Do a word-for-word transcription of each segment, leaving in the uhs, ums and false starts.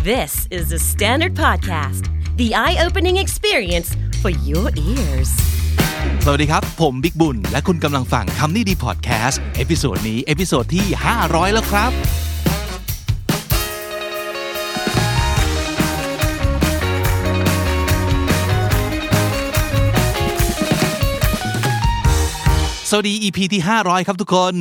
This is the Standard Podcast, the eye-opening experience for your ears. สวัสดีครับผมบิ๊กบุญและคุณกำลังฟังคำนี้ดีพอดแคสต์เอพิโซดนี้เอพิโซดที่ห้าร้อยแล้วครับสวัสดี อี พี ที่ห้าร้อยครับทุกคน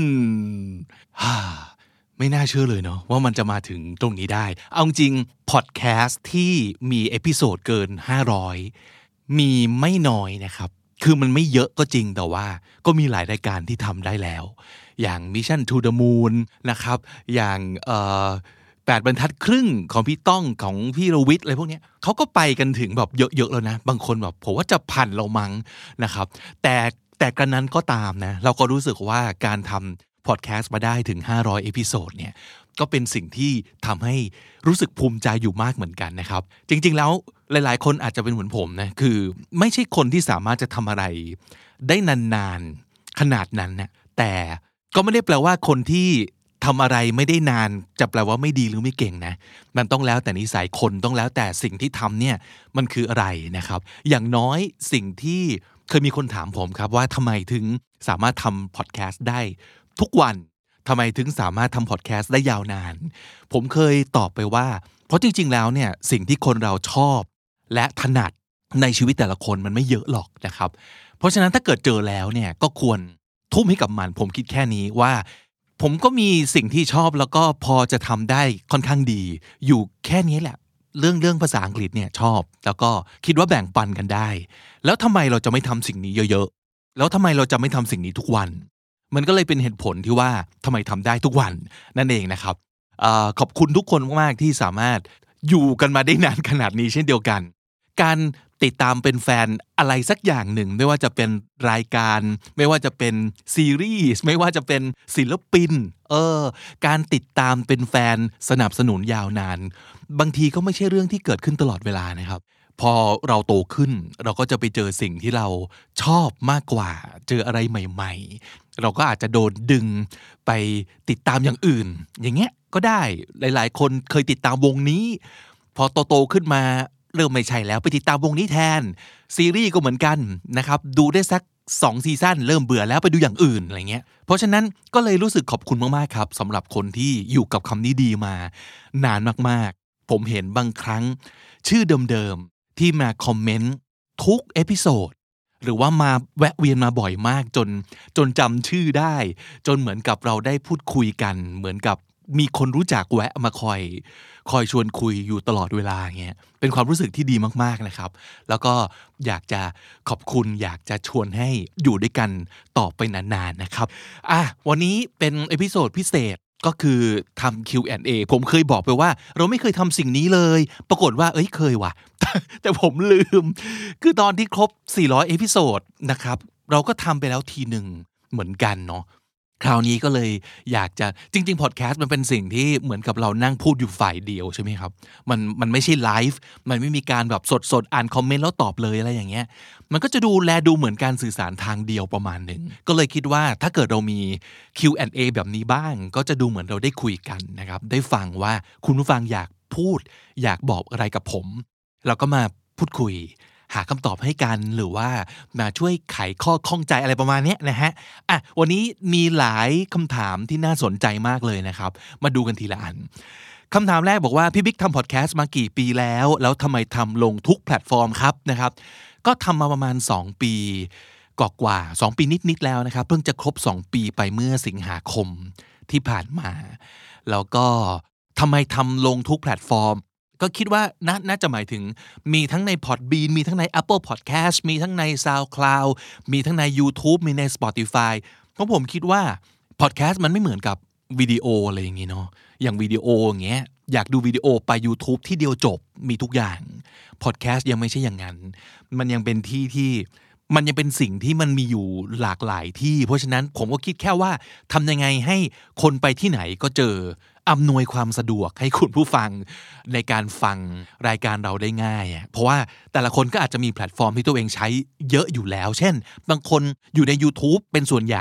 ไม่น่าเชื่อเลยเนาะว่ามันจะมาถึงตรงนี้ได้เอาจริงพอดแคสต์ที่มีเอพิโซดเกินห้าร้อยมีไม่น้อยนะครับคือมันไม่เยอะก็จริงแต่ว่าก็มีหลายรายการที่ทำได้แล้วอย่าง Mission to the Moon นะครับอย่างเอ่อแปดบรรทัดครึ่งของพี่ต้องของพี่รวิทย์อะไรพวกนี้เขาก็ไปกันถึงแบบเยอะๆแล้วนะบางคนแบบผมว่าจะพันเรามั้งนะครับแต่แต่กระนั้นก็ตามนะเราก็รู้สึกว่าการทำพอดแคสต์มาได้ถึงห้าร้อยเอพิโซดเนี่ยก็เป็นสิ่งที่ทำให้รู้สึกภูมิใจอยู่มากเหมือนกันนะครับจริงๆแล้วหลายๆคนอาจจะเป็นเหมือนผมนะคือไม่ใช่คนที่สามารถจะทำอะไรได้นานๆขนาดนั้นนะแต่ก็ไม่ได้แปลว่าคนที่ทำอะไรไม่ได้นานจะแปลว่าไม่ดีหรือไม่เก่งนะมันต้องแล้วแต่นิสัยคนต้องแล้วแต่สิ่งที่ทำเนี่ยมันคืออะไรนะครับอย่างน้อยสิ่งที่เคยมีคนถามผมครับว่าทำไมถึงสามารถทำพอดแคสต์ได้ทุกวันทำไมถึงสามารถทำพอดแคสต์ได้ยาวนานผมเคยตอบไปว่าเพราะจริงๆแล้วเนี่ยสิ่งที่คนเราชอบและถนัดในชีวิตแต่ละคนมันไม่เยอะหรอกนะครับเพราะฉะนั้นถ้าเกิดเจอแล้วเนี่ยก็ควรทุ่มให้กับมันผมคิดแค่นี้ว่าผมก็มีสิ่งที่ชอบแล้วก็พอจะทำได้ค่อนข้างดีอยู่แค่นี้แหละเรื่องเรื่องภาษาอังกฤษเนี่ยชอบแล้วก็คิดว่าแบ่งปันกันได้แล้วทำไมเราจะไม่ทำสิ่งนี้เยอะๆแล้วทำไมเราจะไม่ทำสิ่งนี้ทุกวันมันก็เลยเป็นเหตุผลที่ว่าทำไมทำได้ทุกวันนั่นเองนะครับเอ่อขอบคุณทุกคนมากๆที่สามารถอยู่กันมาได้นานขนาดนี้เช่นเดียวกันการติดตามเป็นแฟนอะไรสักอย่างหนึ่งไม่ว่าจะเป็นรายการไม่ว่าจะเป็นซีรีส์ไม่ว่าจะเป็นศิลปินเออการติดตามเป็นแฟนสนับสนุนยาวนานบางทีก็ไม่ใช่เรื่องที่เกิดขึ้นตลอดเวลานะครับพอเราโตขึ้นเราก็จะไปเจอสิ่งที่เราชอบมากกว่าเจออะไรใหม่ๆเราก็อาจจะโดนดึงไปติดตามอย่างอื่นอย่างเงี้ยก็ได้หลายๆคนเคยติดตามวงนี้พอโตๆขึ้นมาเริ่มไม่ใช่แล้วไปติดตามวงนี้แทนซีรีส์ก็เหมือนกันนะครับดูได้สักสองซีซั่นเริ่มเบื่อแล้วไปดูอย่างอื่นอะไรเงี้ยเพราะฉะนั้นก็เลยรู้สึกขอบคุณมากๆครับสำหรับคนที่อยู่กับคำนี้ดีมานานมากๆผมเห็นบางครั้งชื่อเดิมๆที่มาคอมเมนต์ทุกเอพิโซดหรือว่ามาแวะเวียนมาบ่อยมากจนจนจำชื่อได้จนเหมือนกับเราได้พูดคุยกันเหมือนกับมีคนรู้จักแวะมาคอยคอยชวนคุยอยู่ตลอดเวลาเงี้ยเป็นความรู้สึกที่ดีมากๆนะครับแล้วก็อยากจะขอบคุณอยากจะชวนให้อยู่ด้วยกันต่อไปนานๆนะครับอ่ะวันนี้เป็นเอพิโซดพิเศษก็คือทำ คิว แอนด์ เอ ผมเคยบอกไปว่าเราไม่เคยทำสิ่งนี้เลยปรากฏว่าเอ้ยเคยว่ะ แต่ผมลืมคือตอนที่ครบสี่ร้อยเอพิโซดนะครับเราก็ทำไปแล้วทีหนึ่งเหมือนกันเนาะคราวนี้ก็เลยอยากจะจริงๆพอดแคสต์มันเป็นสิ่งที่เหมือนกับเรานั่งพูดอยู่ฝ่ายเดียวใช่ไหมครับมันมันไม่ใช่ไลฟ์มันไม่มีการแบบสดๆอ่านคอมเมนต์แล้วตอบเลยอะไรอย่างเงี้ยมันก็จะดูแลดูเหมือนการสื่อสารทางเดียวประมาณหนึ่งก็เลยคิดว่าถ้าเกิดเรามี คิว แอนด์ เอ แบบนี้บ้างก็จะดูเหมือนเราได้คุยกันนะครับได้ฟังว่าคุณผู้ฟังอยากพูดอยากบอกอะไรกับผมเราก็มาพูดคุยหาคำตอบให้กันหรือว่ามาช่วยไขข้อข้องใจอะไรประมาณนี้นะฮะอ่ะวันนี้มีหลายคำถามที่น่าสนใจมากเลยนะครับมาดูกันทีละอันคำถามแรกบอกว่าพี่บิ๊กทำพอดแคสต์มากี่ปีแล้วแล้วทำไมทำลงทุกแพลตฟอร์มครับนะครับก็ทำมาประมาณสองปีกว่าๆสองปีนิดๆแล้วนะครับเพิ่งจะครบสองปีไปเมื่อสิงหาคมที่ผ่านมาแล้วก็ทำไมทำลงทุกแพลตฟอร์มก็คิดว่าน่าน่าจะหมายถึงมีทั้งใน Podbean มีทั้งใน Apple Podcast มีทั้งใน SoundCloud มีทั้งใน YouTube มีใน Spotify เพราะผมคิดว่า Podcast มันไม่เหมือนกับวิดีโออะไรอย่างงี้เนาะอย่างวิดีโออย่างเงี้ยอยากดูวิดีโอไป YouTube ที่เดียวจบมีทุกอย่าง Podcast ยังไม่ใช่อย่างนั้นมันยังเป็นที่ที่มันยังเป็นสิ่งที่มันมีอยู่หลากหลายที่เพราะฉะนั้นผมก็คิดแค่ว่าทำยังไงให้คนไปที่ไหนก็เจออำนวยความสะดวกให้คุณผู้ฟังในการฟังรายการเราได้ง่ายเพราะว่าแต่ละคนก็อาจจะมีแพลตฟอร์มที่ตัวเองใช้เยอะอยู่แล้วเช่นบางคนอยู่ใน YouTube เป็นส่วนใหญ่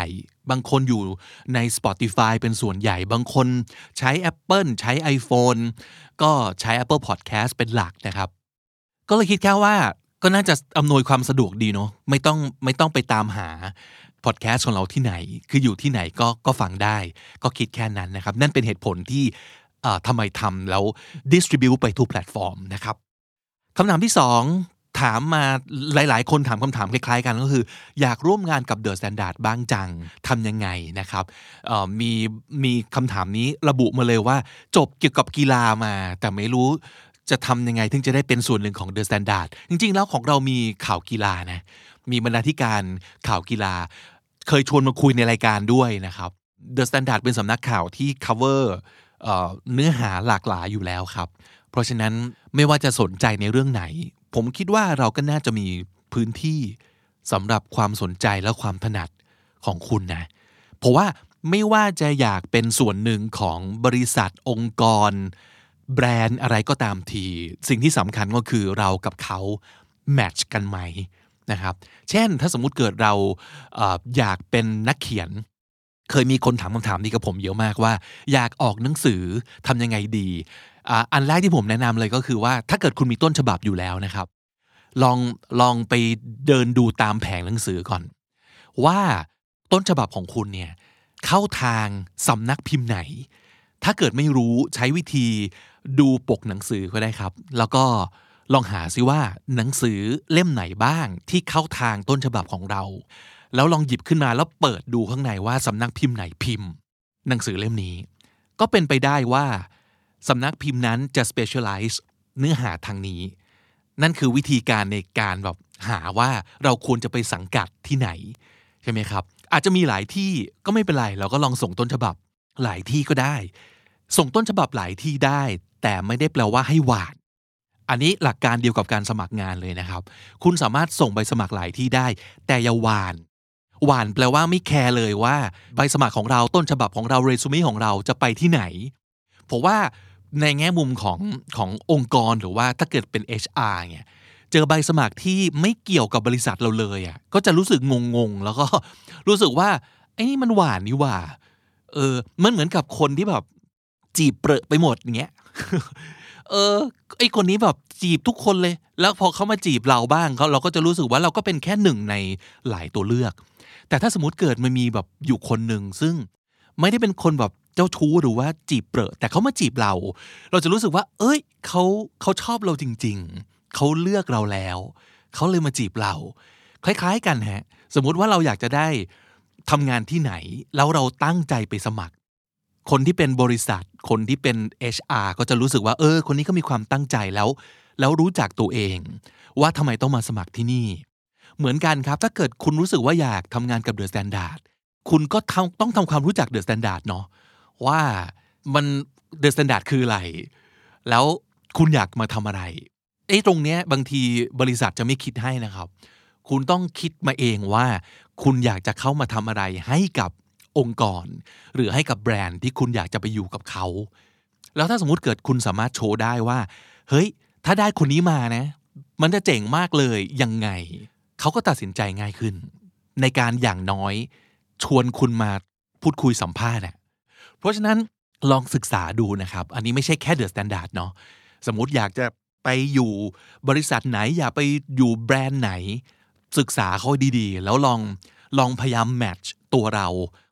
บางคนอยู่ใน Spotify เป็นส่วนใหญ่บางคนใช้ Apple ใช้ iPhone ก็ใช้ Apple Podcast เป็นหลักนะครับก็เลยคิดแค่ว่าก็น่าจะอำนวยความสะดวกดีเนาะไม่ต้องไม่ต้องไปตามหา podcast ของเราที่ไหนคืออยู่ที่ไหนก็ก็ฟังได้ก็คิดแค่นั้นนะครับนั่นเป็นเหตุผลที่อ่าทำไมทำแล้ว distribute ไปทุกแพลตฟอร์มนะครับคำถามที่สองถามมาหลายๆคนถามคำถามคล้ายๆกันก็คืออยากร่วมงานกับ The Standard บ้างจังทำยังไงนะครับมีมีคำถามนี้ระบุมาเลยว่าจบเกี่ยวกับกีฬามาแต่ไม่รู้จะทำยังไงถึงจะได้เป็นส่วนหนึ่งของ The Standard จริงๆแล้วของเรามีข่าวกีฬานะมีบรรณาธิการข่าวกีฬาเคยชวนมาคุยในรายการด้วยนะครับ The Standard เป็นสำนักข่าวที่ cover เอ่อเนื้อหาหลากหลายอยู่แล้วครับเพราะฉะนั้นไม่ว่าจะสนใจในเรื่องไหนผมคิดว่าเราก็น่าจะมีพื้นที่สำหรับความสนใจและความถนัดของคุณนะเพราะว่าไม่ว่าจะอยากเป็นส่วนหนึ่งของบริษัทองค์กรแบรนด์อะไรก็ตามทีสิ่งที่สำคัญก็คือเรากับเขาแมทช์กันไหมนะครับเช่นถ้าสมมุติเกิดเราเอ่ออยากเป็นนักเขียนเคยมีคนถามคำถามนี้กับผมเยอะมากว่าอยากออกหนังสือทำยังไงดีอ่าอันแรกที่ผมแนะนำเลยก็คือว่าถ้าเกิดคุณมีต้นฉบับอยู่แล้วนะครับลองลองไปเดินดูตามแผงหนังสือก่อนว่าต้นฉบับของคุณเนี่ยเข้าทางสำนักพิมพ์ไหนถ้าเกิดไม่รู้ใช้วิธีดูปกหนังสือก็ได้ครับแล้วก็ลองหาซิว่าหนังสือเล่มไหนบ้างที่เข้าทางต้นฉบับของเราแล้วลองหยิบขึ้นมาแล้วเปิดดูข้างในว่าสำนักพิมพ์ไหนพิมพ์หนังสือเล่มนี้ก็เป็นไปได้ว่าสำนักพิมพ์นั้นจะ specialize เนื้อหาทางนี้นั่นคือวิธีการในการแบบหาว่าเราควรจะไปสังกัดที่ไหนใช่ไหมครับอาจจะมีหลายที่ก็ไม่เป็นไรเราก็ลองส่งต้นฉบับหลายที่ก็ได้ส่งต้นฉบับหลายที่ได้แต่ไม่ได้แปลว่าให้หวานอันนี้หลักการเดียวกับการสมัครงานเลยนะครับคุณสามารถส่งใบสมัครหลายที่ได้แต่อย่าหวานหวานแปลว่าไม่แคร์เลยว่าใบสมัครของเราต้นฉบับของเราเรซูเม่ของเราจะไปที่ไหนเพราะว่าในแง่มุมของขององค์กรหรือว่าถ้าเกิดเป็น เอช อาร์ เนี่ยเจอใบสมัครที่ไม่เกี่ยวกับบริษัทเราเลยอ่ะก็จะรู้สึกงงๆแล้วก็รู้สึกว่าไอ้นี่มันหวานนี่หว่าเออมันเหมือนกับคนที่แบบจีบเปรอะไปหมดอย่างเงี้ยเออไอ้คนนี้แบบจีบทุกคนเลยแล้วพอเขามาจีบเราบ้างเขาเราก็จะรู้สึกว่าเราก็เป็นแค่หนึ่งในหลายตัวเลือกแต่ถ้าสมมติเกิดมันมีแบบอยู่คนหนึ่งซึ่งไม่ได้เป็นคนแบบเจ้าชู้หรือว่าจีบเปรอะแต่เขามาจีบเราเราจะรู้สึกว่าเอ้ยเขาเขาชอบเราจริงๆเขาเลือกเราแล้วเขาเลยมาจีบเราคล้ายๆกันฮะสมมุติว่าเราอยากจะได้ทำงานที่ไหนแล้วเราตั้งใจไปสมัครคนที่เป็นบริษัทคนที่เป็น เอช อาร์ ก็จะรู้สึกว่าเออคนนี้ก็มีความตั้งใจแล้วแล้วรู้จักตัวเองว่าทำไมต้องมาสมัครที่นี่เหมือนกันครับถ้าเกิดคุณรู้สึกว่าอยากทำงานกับ The Standard คุณก็ต้องทำความรู้จัก The Standard เนาะว่ามัน The Standard คืออะไรแล้วคุณอยากมาทำอะไรไอ้ตรงเนี้ยบางทีบริษัทจะไม่คิดให้นะครับคุณต้องคิดมาเองว่าคุณอยากจะเข้ามาทำอะไรให้กับองค์กรหรือให้กับแบรนด์ที่คุณอยากจะไปอยู่กับเขาแล้วถ้าสมมุติเกิดคุณสามารถโชว์ได้ว่าเฮ้ยถ้าได้คนนี้มานะมันจะเจ๋งมากเลยยังไงเขาก็ตัดสินใจง่ายขึ้นในการอย่างน้อยชวนคุณมาพูดคุยสัมภาษณ์นะเพราะฉะนั้นลองศึกษาดูนะครับอันนี้ไม่ใช่แค่ The Standard เนาะสมมุติอยากจะไปอยู่บริษัทไหนอยากไปอยู่แบรนด์ไหนศึกษาเขาดีๆแล้วลองลองพยายามแมทช์ตัวเรา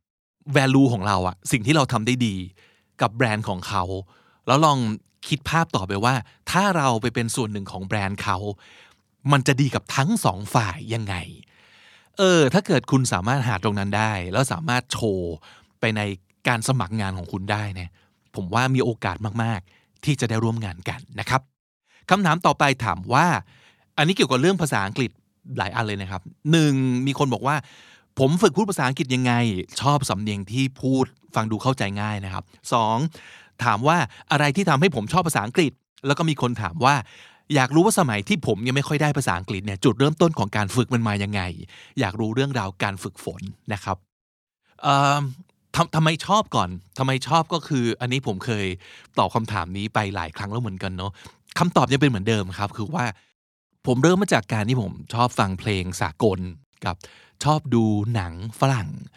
value ของเราอะสิ่งที่เราทำได้ดีกับแบรนด์ของเขาแล้วลองคิดภาพต่อไปว่าถ้าเราไปเป็นส่วนหนึ่งของแบรนด์เขามันจะดีกับทั้งสองฝ่ายยังไงเออถ้าเกิดคุณสามารถหาตรงนั้นได้แล้วสามารถโชว์ไปในการสมัครงานของคุณได้เนี่ยผมว่ามีโอกาสมากๆที่จะได้ร่วมงานกันนะครับคำถามต่อไปถามว่าอันนี้เกี่ยวกับเรื่องภาษาอังกฤษหลายอันเลยนะครับหนึ่งมีคนบอกว่าผมฝึกพูดภาษาอังกฤษยังไงชอบสำเนียงที่พูดฟังดูเข้าใจง่ายนะครับสองถามว่าอะไรที่ทำให้ผมชอบภาษาอังกฤษแล้วก็มีคนถามว่าอยากรู้ว่าสมัยที่ผมยังไม่ค่อยได้ภาษาอังกฤษเนี่ยจุดเริ่มต้นของการฝึกมันมายังไงอยากรู้เรื่องราวการฝึกฝนนะครับเอ่อทำทำไมชอบก่อนทำไมชอบก็คืออันนี้ผมเคยตอบคำถามนี้ไปหลายครั้งแล้วเหมือนกันเนาะคำตอบยังเป็นเหมือนเดิมครับคือว่าผมเริ่มมาจากการที่ผมชอบฟังเพลงสากลกับชอบดูหนังฝรั่ง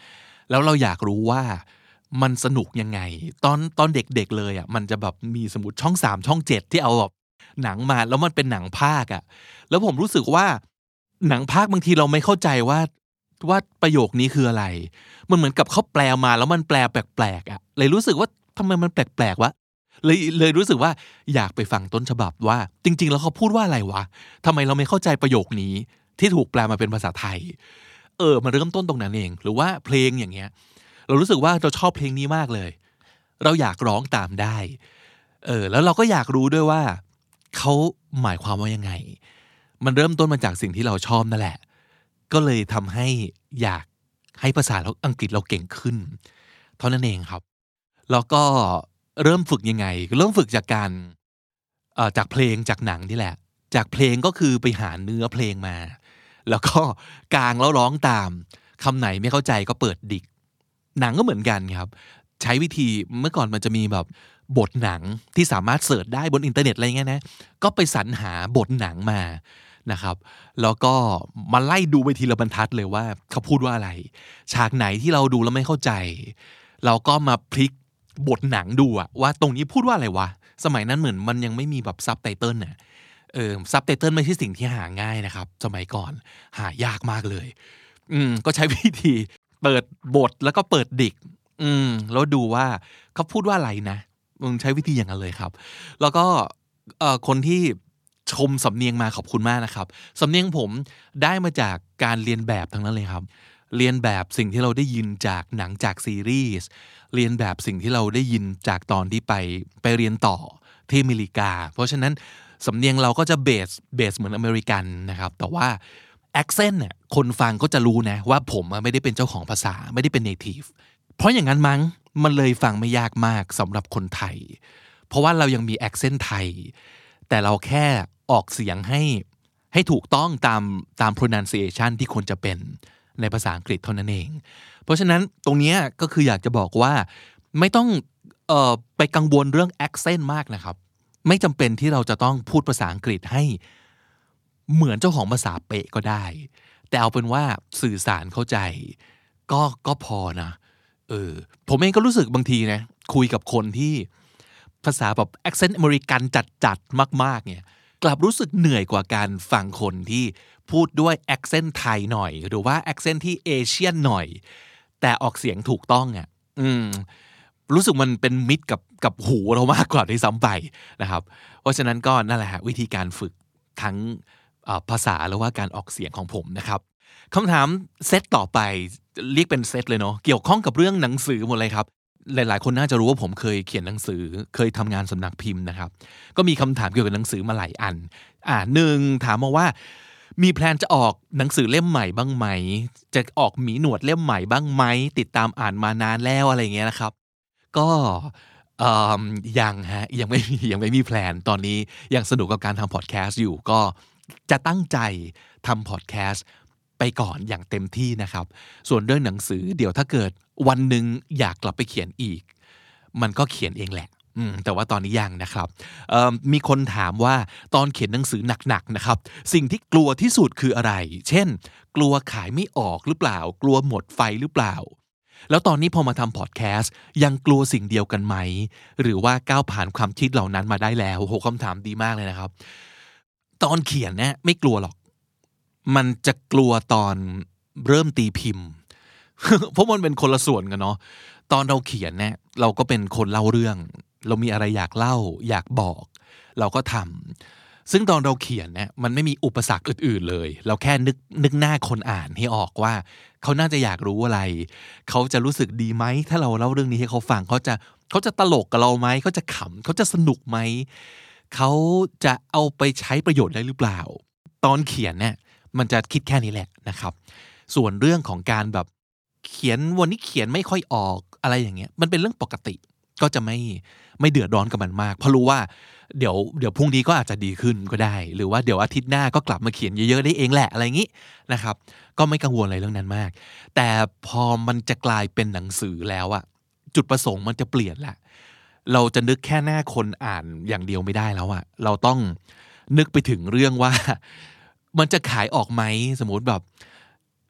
แล้วเราอยากรู้ว่ามันสนุกยังไงตอนตอนเด็กๆเลยอ่ะมันจะแบบมีสมมุติช่องสามช่องเจ็ดที่เอาแบบหนังมาแล้วมันเป็นหนังพากย์อ่ะแล้วผมรู้สึกว่าหนังพากย์บางทีเราไม่เข้าใจว่าว่าประโยคนี้คืออะไรมันเหมือนกับเขาแปลมาแล้วมันแปลแปลกๆอ่ะเลยรู้สึกว่าทำไมมันแปลกๆวะเลยเลยรู้สึกว่าอยากไปฟังต้นฉบับว่าจริงๆแล้วเขาพูดว่าอะไรวะทำไมเราไม่เข้าใจประโยคนี้ที่ถูกแปลมาเป็นภาษาไทยเออมันเริ่มต้นตรงนั้นเองหรือว่าเพลงอย่างเงี้ยเรารู้สึกว่าเราชอบเพลงนี้มากเลยเราอยากร้องตามได้เออแล้วเราก็อยากรู้ด้วยว่าเขาหมายความว่ายังไงมันเริ่มต้นมาจากสิ่งที่เราชอบนั่นแหละก็เลยทำให้อยากให้ภาษาอังกฤษเราเก่งขึ้นเท่านั้นเองครับแล้วก็เริ่มฝึกยังไงเริ่มฝึกจากการเอ่อจากเพลงจากหนังนี่แหละจากเพลงก็คือไปหาเนื้อเพลงมาแล้วก็กางแล้วร้องตามคำไหนไม่เข้าใจก็เปิดดิกหนังก็เหมือนกันครับใช้วิธีเมื่อก่อนมันจะมีแบบบทหนังที่สามารถเสิร์ชได้บนอินเทอร์เน็ตอะไรเงี้ยนะก็ไปสรรหาบทหนังมานะครับแล้วก็มาไล่ดูไปทีละบรรทัดเลยว่าเขาพูดว่าอะไรฉากไหนที่เราดูแล้วไม่เข้าใจเราก็มาพลิกบทหนังดูอะว่าตรงนี้พูดว่าอะไรวะสมัยนั้นเหมือนมันยังไม่มีแบบซับไตเติลน่ะเออซับไตเติลไม่ใช่สิ่งที่หาง่ายนะครับสมัยก่อนหายากมากเลยอืมก็ใช้วิธีเปิดบทแล้วก็เปิดดิกอืมแล้วดูว่าเขาพูดว่าอะไรนะมึงใช้วิธีอย่างนั้นเลยครับแล้วก็เอ่อคนที่ชมสำเนียงมาขอบคุณมากนะครับสำเนียงผมได้มาจากการเรียนแบบทั้งนั้นเลยครับเรียนแบบสิ่งที่เราได้ยินจากหนังจากซีรีส์เรียนแบบสิ่งที่เราได้ยินจากตอนที่ไปไปเรียนต่อที่อเมริกาเพราะฉะนั้นสำเนียงเราก็จะเบสเบสเหมือนอเมริกันนะครับแต่ว่าaccent เนี่ยคนฟังก็จะรู้นะว่าผมไม่ได้เป็นเจ้าของภาษาไม่ได้เป็น native เพราะอย่างนั้นมั้งมันเลยฟังไม่ยากมากสำหรับคนไทยเพราะว่าเรายังมี accent ไทยแต่เราแค่ออกเสียงให้ให้ถูกต้องตามตาม pronunciation ที่ควรจะเป็นในภาษาอังกฤษเท่านั้นเองเพราะฉะนั้นตรงนี้ก็คืออยากจะบอกว่าไม่ต้องเอ่อไปกังวลเรื่อง accent มากนะครับไม่จำเป็นที่เราจะต้องพูดภาษาอังกฤษให้เหมือนเจ้าของภาษาเป๊ะก็ได้แต่เอาเป็นว่าสื่อสารเข้าใจก็ก็พอนะเออผมเองก็รู้สึกบางทีนะคุยกับคนที่ภาษาแบบ accent อเมริกันจัดๆมากๆเนี่ยกลับรู้สึกเหนื่อยกว่าการฟังคนที่พูดด้วย accent ไทยหน่อยหรือว่า accent ที่เอเชียนหน่อยแต่ออกเสียงถูกต้องอ่ะอืมรู้สึกมันเป็นมิตรกับกับหูเรามากกว่าที่ซ้ำไปนะครับเพราะฉะนั้นก็นั่นแหละฮะวิธีการฝึกทั้งภาษาหรือว่าการออกเสียงของผมนะครับคำถามเซตต่อไปเรียกเป็นเซตเลยเนาะเกี่ยวข้องกับเรื่องหนังสือหมดเลยครับหลายๆคนน่าจะรู้ว่าผมเคยเขียนหนังสือเคยทำงานสำนักพิมพ์นะครับก็มีคำถามเกี่ยวกับหนังสือมาหลายอันอ่าหนึ่งถามมาว่ามีแพลนจะออกหนังสือเล่มใหม่บ้างไหมจะออกหมีหนวดเล่มใหม่บ้างไหมติดตามอ่านมานานแล้วอะไรเงี้ยนะครับก็ยังฮะยังไม่มียังไม่มีแพลนตอนนี้ยังสนุกกับการทำพอดแคสต์อยู่ก็จะตั้งใจทำพอดแคสต์ไปก่อนอย่างเต็มที่นะครับส่วนเรื่องหนังสือเดี๋ยวถ้าเกิดวันหนึ่งอยากกลับไปเขียนอีกมันก็เขียนเองแหละแต่ว่าตอนนี้ยังนะครับมีคนถามว่าตอนเขียนหนังสือหนักๆนะครับสิ่งที่กลัวที่สุดคืออะไรเช่นกลัวขายไม่ออกหรือเปล่ากลัวหมดไฟหรือเปล่าแล้วตอนนี้พอมาทำพอดแคสต์ยังกลัวสิ่งเดียวกันไหมหรือว่าก้าวผ่านความคิดเหล่านั้นมาได้แล้วโหคำถามดีมากเลยนะครับตอนเขียนเนี่ยไม่กลัวหรอกมันจะกลัวตอนเริ่มตีพิมพ์ เพราะมันเป็นคนละส่วนกันเนาะตอนเราเขียนเนี่ยเราก็เป็นคนเล่าเรื่องเรามีอะไรอยากเล่าอยากบอกเราก็ทำซึ่งตอนเราเขียนเนี่ยมันไม่มีอุปสรรคอื่นๆเลยเราแค่นึกนึกหน้าคนอ่านให้ออกว่าเขาน่าจะอยากรู้อะไรเขาจะรู้สึกดีไหมถ้าเราเล่าเรื่องนี้ให้เขาฟังเขาจะเขาจะตลกกับเราไหมเขาจะขำเขาจะสนุกไหมเขาจะเอาไปใช้ประโยชน์ได้หรือเปล่าตอนเขียนเนี่ยมันจะคิดแค่นี้แหละนะครับส่วนเรื่องของการแบบเขียนวันนี้เขียนไม่ค่อยออกอะไรอย่างเงี้ยมันเป็นเรื่องปกติก็จะไม่ไม่เดือดร้อนกับมันมากเพราะรู้ว่าเดี๋ยวเดี๋ยวพรุ่งนี้ก็อาจจะดีขึ้นก็ได้หรือว่าเดี๋ยวอาทิตย์หน้าก็กลับมาเขียนเยอะๆได้เองแหละอะไรอย่างงี้นะครับก็ไม่กังวลอะไรเรื่องนั้นมากแต่พอมันจะกลายเป็นหนังสือแล้วอะจุดประสงค์มันจะเปลี่ยนละเราจะนึกแค่หน้าคนอ่านอย่างเดียวไม่ได้แล้วอะเราต้องนึกไปถึงเรื่องว่ามันจะขายออกไหมสมมติแบบ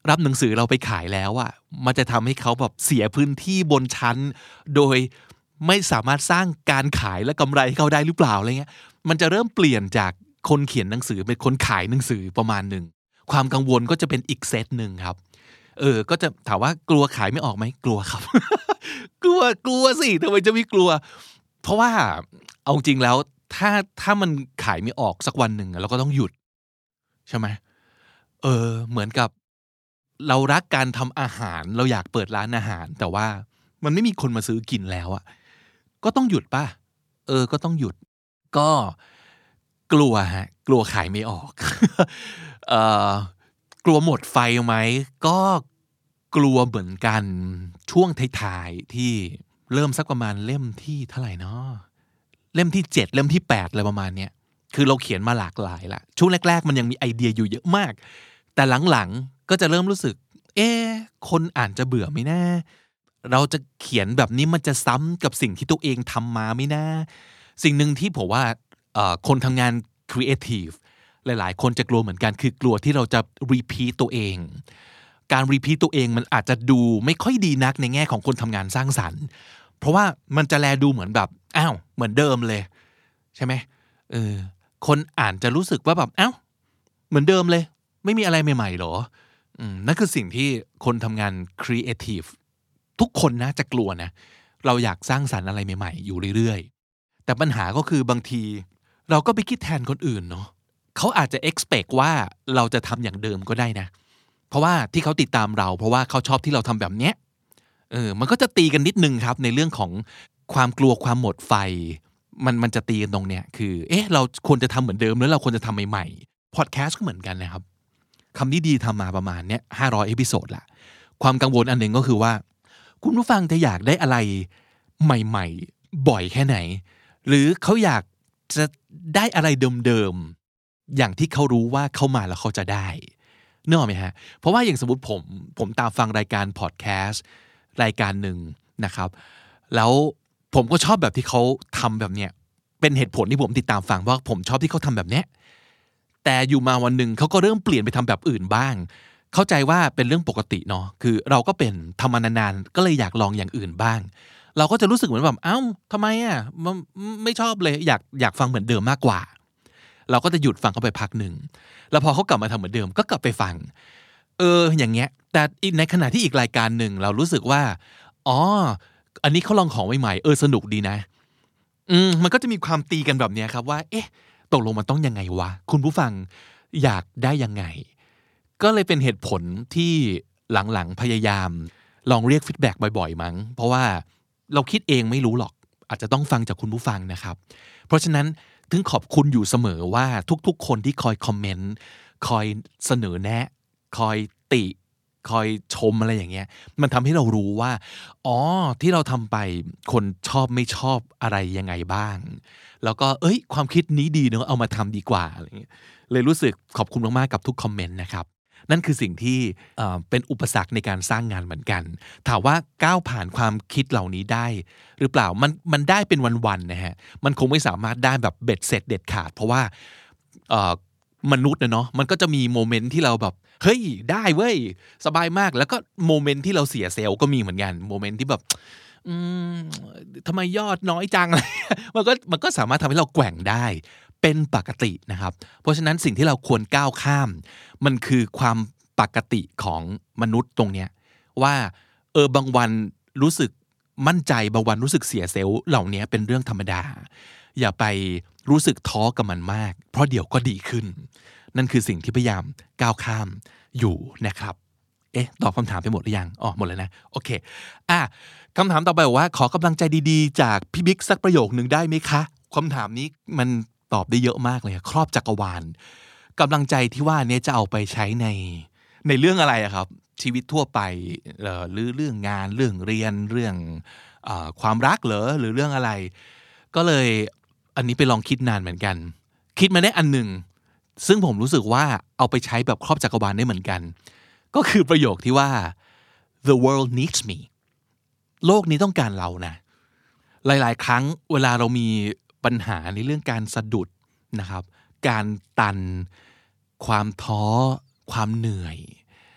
รับหนังสือเราไปขายแล้วอ่ะมันจะทำให้เขาแบบเสียพื้นที่บนชั้นโดยไม่สามารถสร้างการขายและกำไรให้เขาได้หรือเปล่าอะไรเงี้ยมันจะเริ่มเปลี่ยนจากคนเขียนหนังสือเป็นคนขายหนังสือประมาณหนึ่งความกังวลก็จะเป็นอีกเซตหนึ่งครับเออก็จะถามว่ากลัวขายไม่ออกไหมกลัวครับ กลัวกลัวสิทำไมจะไม่กลัวเพราะว่าเอาจริงแล้วถ้าถ้ามันขายไม่ออกสักวันหนึ่งเราก็ต้องหยุดใช่ไหมเออเหมือนกับเรารักการทำอาหารเราอยากเปิดร้านอาหารแต่ว่ามันไม่มีคนมาซื้อกินแล้วอ่ะก็ต้องหยุดป่ะเออก็ต้องหยุดก็กลัวฮะกลัวขายไม่ออก เอ่อกลัวหมดไฟไหมก็กลัวเหมือนกันช่วงท้ายๆที่เริ่มสักประมาณเล่มที่เท่าไหร่เนาะเล่มที่เจ็ดเล่มที่แปดอะไรประมาณเนี้ยคือเราเขียนมาหลากหลายละช่วงแรกๆมันยังมีไอเดียอยู่เยอะมากแต่หลังๆก็จะเริ่มรู้สึกเอ๊ะคนอ่านจะเบื่อไหมนะเราจะเขียนแบบนี้มันจะซ้ำกับสิ่งที่ตัวเองทำมาไหมนะสิ่งหนึ่งที่ผมว่าคนทำงานครีเอทีฟหลายๆคนจะกลัวเหมือนกันคือกลัวที่เราจะ repeat ตัวเองการ repeat ตัวเองมันอาจจะดูไม่ค่อยดีนักในแง่ของคนทำงานสร้างสรรค์เพราะว่ามันจะแลดูเหมือนแบบอ้าวเหมือนเดิมเลยใช่ไหมเออคนอ่านจะรู้สึกว่าแบบอ้าวเหมือนเดิมเลยไม่มีอะไรใหม่ๆหรออืมนั่นคือสิ่งที่คนทำงานครีเอทีฟทุกคนนะจะกลัวนะเราอยากสร้างสรรค์อะไรใหม่ๆอยู่เรื่อยๆแต่ปัญหาก็คือบางทีเราก็ไปคิดแทนคนอื่นเนาะเขาอาจจะ expect ว่าเราจะทำอย่างเดิมก็ได้นะเพราะว่าที่เขาติดตามเราเพราะว่าเขาชอบที่เราทำแบบเนี้ยเออมันก็จะตีกันนิดนึงครับในเรื่องของความกลัวความหมดไฟมันมันจะตีกันตรงเนี้ยคือเอ๊ะเราควรจะทำเหมือนเดิมแล้วเราควรจะทำใหม่ๆพอดแคสต์ก็เหมือนกันนะครับคำนี้ดีทำมาประมาณเนี้ยห้าร้อยเอพิโซดละความกังวลอันหนึ่งก็คือว่าคุณผู้ฟังจะอยากได้อะไรใหม่ๆบ่อยแค่ไหนหรือเขาอยากจะได้อะไรเดิมๆอย่างที่เขารู้ว่าเขามาแล้วเขาจะได้นึกออกไหมฮะเพราะว่าอย่างสมมติผมผมตามฟังรายการพอดแคสต์รายการหนึ่งนะครับแล้วผมก็ชอบแบบที่เขาทำแบบเนี้ยเป็นเหตุผลที่ผมติดตามฟังเพราะผมชอบที่เขาทำแบบเนี้ยแต่อยู่มาวันหนึ่งเขาก็เริ่มเปลี่ยนไปทำแบบอื่นบ้างเข้าใจว่าเป็นเรื่องปกติเนาะคือเราก็เป็นทำมานานๆก็เลยอยากลองอย่างอื่นบ้างเราก็จะรู้สึกเหมือนแบบเอ้าทำไมอ่ะไม่ชอบเลยอยากอยากฟังเหมือนเดิมมากกว่าเราก็จะหยุดฟังเขาไปพักหนึ่งแล้วพอเขากลับมาทำเหมือนเดิมก็กลับไปฟังเอออย่างเงี้ยแต่ในขณะที่อีกรายการหนึ่งเรารู้สึกว่าอ๋ออันนี้เขาลองของใหม่ๆเออสนุกดีนะอืมมันก็จะมีความตีกันแบบเนี้ยครับว่าเอ๊ะตกลงมันต้องยังไงวะคุณผู้ฟังอยากได้ยังไงก็เลยเป็นเหตุผลที่หลังๆพยายามลองเรียกฟีดแบ็กบ่อยๆมั้งเพราะว่าเราคิดเองไม่รู้หรอกอาจจะต้องฟังจากคุณผู้ฟังนะครับเพราะฉะนั้นถึงขอบคุณอยู่เสมอว่าทุกๆคนที่คอยคอมเมนต์คอยเสนอแนะคอยติคอยชมอะไรอย่างเงี้ยมันทำให้เรารู้ว่าอ๋อที่เราทำไปคนชอบไม่ชอบอะไรยังไงบ้างแล้วก็เอ้ยความคิดนี้ดีเนอะเอามาทำดีกว่าอะไรเงี้ยเลยรู้สึกขอบคุณมากๆกับทุกคอมเมนต์นะครับนั่นคือสิ่งที่เป็นอุปสรรคในการสร้างงานเหมือนกันถามว่าก้าวผ่านความคิดเหล่านี้ได้หรือเปล่ามันมันได้เป็นวันๆนะฮะมันคงไม่สามารถได้แบบเบ็ดเสร็จเด็ดขาดเพราะว่ามนุษย์นะเนาะมันก็จะมีโมเมนต์ที่เราแบบเฮ้ยได้เว้ยสบายมากแล้วก็โมเมนต์ที่เราเสียเซลล์ก็มีเหมือนกันโมเมนต์ที่แบบอืมทำไมยอดน้อยจังอะไรมันก็มันก็สามารถทำให้เราแกว่งได้เป็นปกตินะครับเพราะฉะนั้นสิ่งที่เราควรก้าวข้ามมันคือความปกติของมนุษย์ตรงเนี้ยว่าเออบางวันรู้สึกมั่นใจบางวันรู้สึกเสียเซลล์เหล่านี้เป็นเรื่องธรรมดาอย่าไปรู้สึกท้อกับมันมากเพราะเดี๋ยวก็ดีขึ้นนั่นคือสิ่งที่พยายามก้าวข้ามอยู่นะครับเอ๊ะตอบคำถามไปหมดหรือยังอ๋อหมดแล้วนะโอเคอ่ะคำถามต่อไปบอกว่าขอกำลังใจดีๆจากพี่บิ๊กสักประโยคนึงได้ไหมคะคำถามนี้มันตอบได้เยอะมากเลยครอบจักรวาลกำลังใจที่ว่านี้จะเอาไปใช้ในในเรื่องอะไรอะครับชีวิตทั่วไปหรือเรื่องงานเรื่องเรียนเรื่องเอ่อความรักเหรอหรือเรื่องอะไรก็เลยอันนี้ไปลองคิดนานเหมือนกันคิดมาได้อันหนึ่งซึ่งผมรู้สึกว่าเอาไปใช้แบบครอบจักรวาลได้เหมือนกันก็คือประโยคที่ว่า the world needs me โลกนี้ต้องการเรานะหลายๆครั้งเวลาเรามีปัญหาในเรื่องการสะดุดนะครับการตันความท้อความเหนื่อย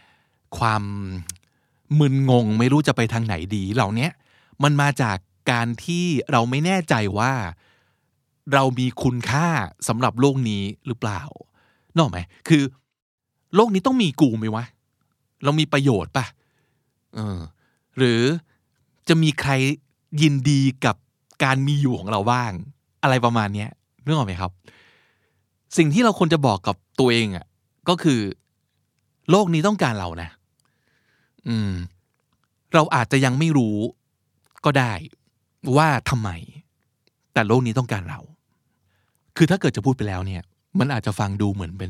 ความมึนงงไม่รู้จะไปทางไหนดีเหล่านี้มันมาจากการที่เราไม่แน่ใจว่าเรามีคุณค่าสำหรับโลกนี้หรือเปล่านึกออกไหมคือโลกนี้ต้องมีกูไหมวะเรามีประโยชน์ป่ะเออหรือจะมีใครยินดีกับการมีอยู่ของเราบ้างอะไรประมาณนี้นึกออกไหมครับสิ่งที่เราควรจะบอกกับตัวเองอ่ะก็คือโลกนี้ต้องการเรานะอืมเราอาจจะยังไม่รู้ก็ได้ว่าทำไมแต่โลกนี้ต้องการเราคือถ้าเกิดจะพูดไปแล้วเนี่ยมันอาจจะฟังดูเหมือนเป็น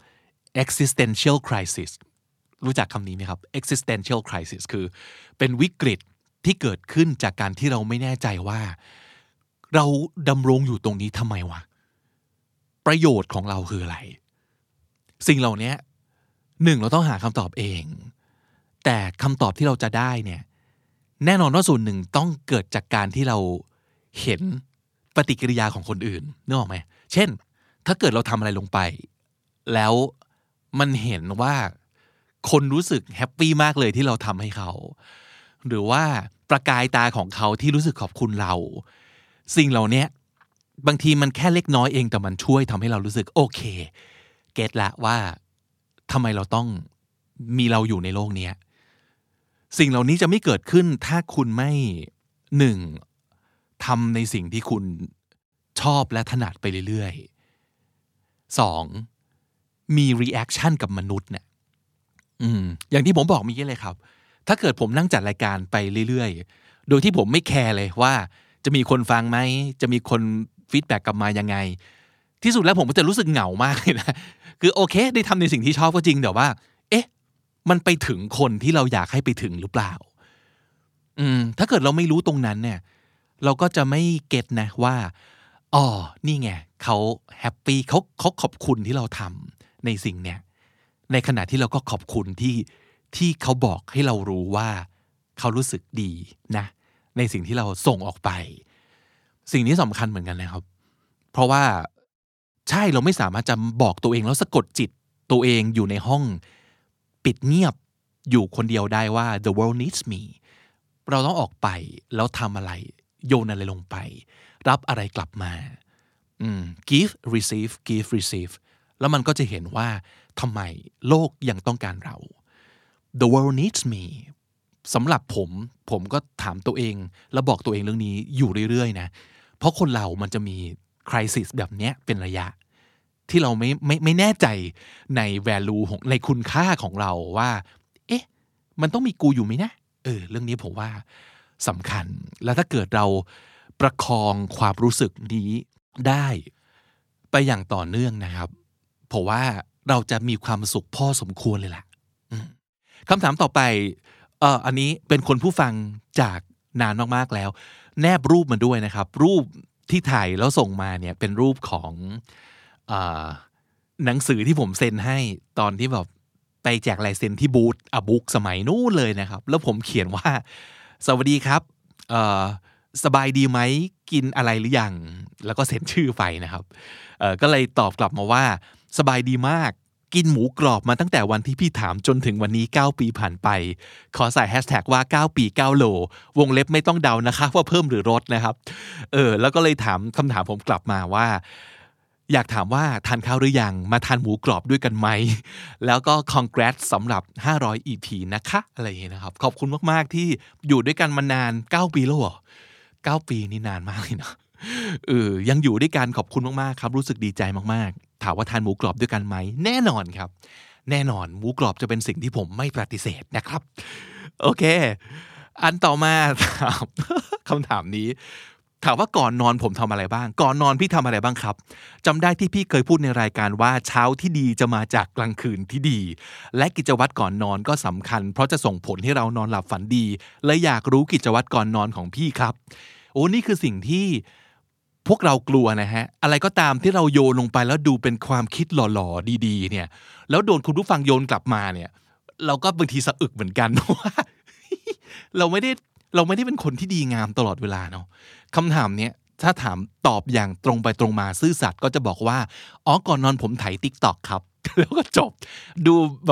existential crisis รู้จักคำนี้ไหมครับ existential crisis คือเป็นวิกฤตที่เกิดขึ้นจากการที่เราไม่แน่ใจว่าเราดำรงอยู่ตรงนี้ทำไมวะประโยชน์ของเราคืออะไรสิ่งเหล่านี้หนึ่งเราต้องหาคำตอบเองแต่คำตอบที่เราจะได้เนี่ยแน่นอนว่าส่วนหนึ่งต้องเกิดจากการที่เราเห็นปฏิกิริยาของคนอื่นนึกออกไหมเช่นถ้าเกิดเราทำอะไรลงไปแล้วมันเห็นว่าคนรู้สึกแฮปปี้มากเลยที่เราทำให้เขาหรือว่าประกายตาของเขาที่รู้สึกขอบคุณเราสิ่งเหล่านี้บางทีมันแค่เล็กน้อยเองแต่มันช่วยทำให้เรารู้สึกโอเคเก็ตละว่าทำไมเราต้องมีเราอยู่ในโลกนี้สิ่งเหล่านี้จะไม่เกิดขึ้นถ้าคุณไม่หนึ่งทำในสิ่งที่คุณชอบและถนัดไปเรื่อยๆสองมี reaction กับมนุษย์เนี่ยอืมอย่างที่ผมบอกเมื่อกี้เลยครับถ้าเกิดผมนั่งจัดรายการไปเรื่อยๆโดยที่ผมไม่แคร์เลยว่าจะมีคนฟังไหมจะมีคนฟีดแบ็กกลับมายังไงที่สุดแล้วผมก็จะรู้สึกเหงามากเลยนะคือโอเคได้ทำในสิ่งที่ชอบก็จริงแต่ว่าเอ๊ะมันไปถึงคนที่เราอยากให้ไปถึงหรือเปล่าอืมถ้าเกิดเราไม่รู้ตรงนั้นเนี่ยเราก็จะไม่เก็ตนะว่าอ๋อนี่ไงเขาแฮปปี้เขาเขาขอบคุณที่เราทำในสิ่งเนี้ยในขณะที่เราก็ขอบคุณที่ที่เขาบอกให้เรารู้ว่าเขารู้สึกดีนะในสิ่งที่เราส่งออกไปสิ่งนี้สำคัญเหมือนกันนะครับเพราะว่าใช่เราไม่สามารถจะบอกตัวเองแล้วสะกดจิตตัวเองอยู่ในห้องปิดเงียบอยู่คนเดียวได้ว่า the world needs me เราต้องออกไปแล้วทำอะไรโยนอะไรลงไปรับอะไรกลับมาอืม give receive give receive แล้วมันก็จะเห็นว่าทำไมโลกยังต้องการเรา the world needs me สำหรับผมผมก็ถามตัวเองแล้วบอกตัวเองเรื่องนี้อยู่เรื่อยๆนะเพราะคนเรามันจะมี crisis แบบเนี้ยเป็นระยะที่เราไม่ไม่ไม่แน่ใจใน value ของในคุณค่าของเราว่าเอ๊ะมันต้องมีกูอยู่ไหมนะเออเรื่องนี้ผมว่าสำคัญแล้วถ้าเกิดเราประคองความรู้สึกนี้ได้ไปอย่างต่อเนื่องนะครับผมว่าเราจะมีความสุขพอสมควรเลยล่ะคำถามต่อไปเอ่ออันนี้เป็นคนผู้ฟังจากนานมากๆแล้วแนบรูปมาด้วยนะครับรูปที่ถ่ายแล้วส่งมาเนี่ยเป็นรูปของเอ่อหนังสือที่ผมเซ็นให้ตอนที่แบบไปแจกลายเซ็นที่บูธอะบุ๊กสมัยนู้นเลยนะครับแล้วผมเขียนว่าสวัสดีครับเอ่อสบายดีไหมกินอะไรหรือยังแล้วก็เซ็นชื่อไปนะครับเอ่อก็เลยตอบกลับมาว่าสบายดีมากกินหมูกรอบมาตั้งแต่วันที่พี่ถามจนถึงวันนี้เก้าปีผ่านไปขอใส่แฮชแท็กว่าเก้าปีเก้าโลวงเล็บไม่ต้องเดานะคะว่าเพิ่มหรือลดนะครับเออแล้วก็เลยถามคำถามผมกลับมาว่าอยากถามว่าทานข้าวหรือยังมาทานหมูกรอบด้วยกันไหมแล้วก็ congrats สำหรับห้าร้อย อี พี นะคะอะไรอย่างเงี้ยนะครับขอบคุณมากๆที่อยู่ด้วยกันมานานเก้าปีแล้วเหรอเก้าปีนี่นานมากเลยนะเออยังอยู่ด้วยกันขอบคุณมากๆครับรู้สึกดีใจมากๆถามว่าทานหมูกรอบด้วยกันไหมแน่นอนครับแน่นอนหมูกรอบจะเป็นสิ่งที่ผมไม่ปฏิเสธนะครับโอเคอันต่อมาถามคำถามนี้ถามว่าก่อนนอนผมทำอะไรบ้างก่อนนอนพี่ทำอะไรบ้างครับจำได้ที่พี่เคยพูดในรายการว่าเช้าที่ดีจะมาจากกลางคืนที่ดีและกิจวัตรก่อนนอนก็สำคัญเพราะจะส่งผลให้เรานอนหลับฝันดีและอยากรู้กิจวัตรก่อนนอนของพี่ครับโอ้นี่คือสิ่งที่พวกเรากลัวนะฮะอะไรก็ตามที่เราโยนลงไปแล้วดูเป็นความคิดหล่อๆดีๆเนี่ยแล้วโดนคุณผู้ฟังโยนกลับมาเนี่ยเราก็บางทีสะอึกเหมือนกันเพราะว่าเราไม่ได้เราไม่ได้เป็นคนที่ดีงามตลอดเวลาเนาะคำถามเนี้ยถ้าถามตอบอย่างตรงไปตรงมาซื่อสัตย์ก็จะบอกว่าอ๋อก่อนนอนผมไถ TikTok ครับแล้วก็จบดูแบบ